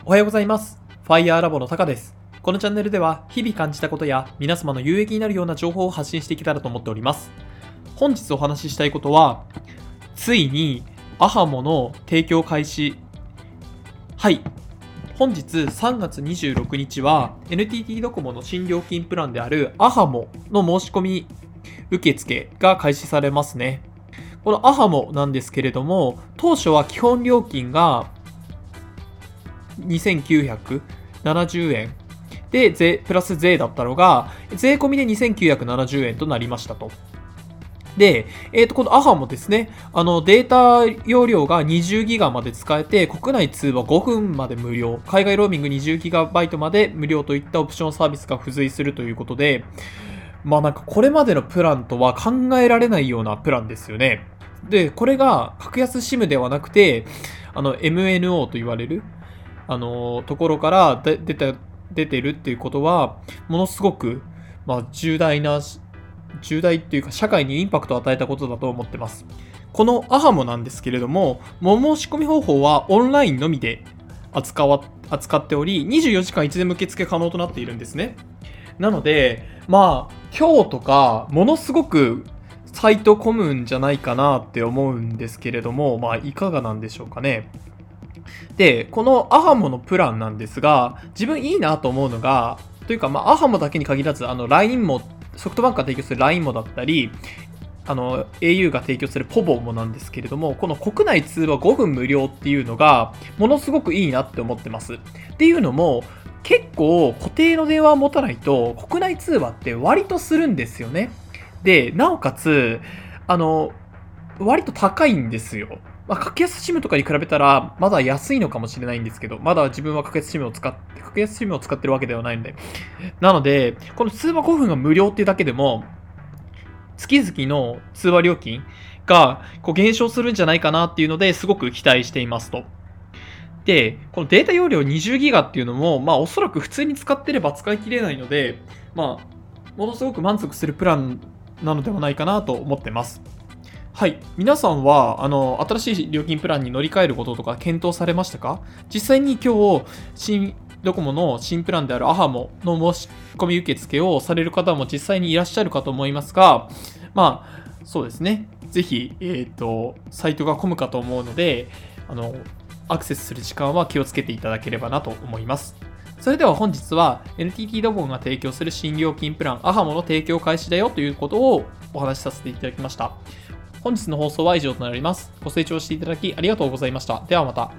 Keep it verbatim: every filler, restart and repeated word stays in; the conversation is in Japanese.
おはようございます。ファイヤーラボのタカです。このチャンネルでは日々感じたことや皆様の有益になるような情報を発信していけたらと思っております。本日お話ししたいことは、ついにアハモの提供開始。はい。本日さんがつにじゅうろくにちは エヌティーティー ドコモの新料金プランであるアハモの申し込み受付が開始されますね。このアハモなんですけれども、当初は基本料金がにせんきゅうひゃくななじゅうえんで税プラス税だったのが税込みでにせんきゅうひゃくななじゅうえんとなりましたと。で、えー、とこのアハもですね、あのデータ容量がにじゅうギガまで使えて、国内通話ごふんまで無料、海外ローミングにじゅうギガバイトまで無料といったオプションサービスが付随するということで、まあなんかこれまでのプランとは考えられないようなプランですよね。で、これが格安 SIM ではなくて、あの エムエヌオー と言われるあのところから出て出てるっていうことは、ものすごく、まあ、重大な重大っていうか社会にインパクトを与えたことだと思ってます。このアハモなんですけれども、申し込み方法はオンラインのみで扱わ扱っており、にじゅうよじかんいつでも受付可能となっているんですね。なので、まあ今日とかものすごくサイト混むんじゃないかなって思うんですけれども、まあいかがなんでしょうかね。で、このアハモのプランなんですが、自分いいなと思うのが、というか、まあ、アハモだけに限らず、あの、ライン も、ソフトバンクが提供する ライン もだったり、あの、エーユー が提供するポボもなんですけれども、この国内通話ごふん無料っていうのが、ものすごくいいなって思ってます。っていうのも、結構固定の電話を持たないと、国内通話って割とするんですよね。で、なおかつ、あの、割と高いんですよ。まあ、格安 SIM とかに比べたら、まだ安いのかもしれないんですけど、まだ自分は格安 SIM を使って、格安 SIM を使ってるわけではないので。なので、この通話ごふんが無料っていうだけでも、月々の通話料金がこう減少するんじゃないかなっていうので、すごく期待していますと。で、このデータ容量にじゅうギガっていうのも、まあおそらく普通に使ってれば使い切れないので、まあ、ものすごく満足するプランなのではないかなと思ってます。はい。皆さんは、あの、新しい料金プランに乗り換えることとか検討されましたか？実際に今日、新、ドコモの新プランであるアハモの申し込み受付をされる方も実際にいらっしゃるかと思いますが、まあ、そうですね。ぜひ、えっと、サイトが混むかと思うので、あの、アクセスする時間は気をつけていただければなと思います。それでは本日は エヌティーティー ドコモが提供する新料金プランアハモの提供開始だよということをお話しさせていただきました。本日の放送は以上となります。ご清聴していただきありがとうございました。ではまた。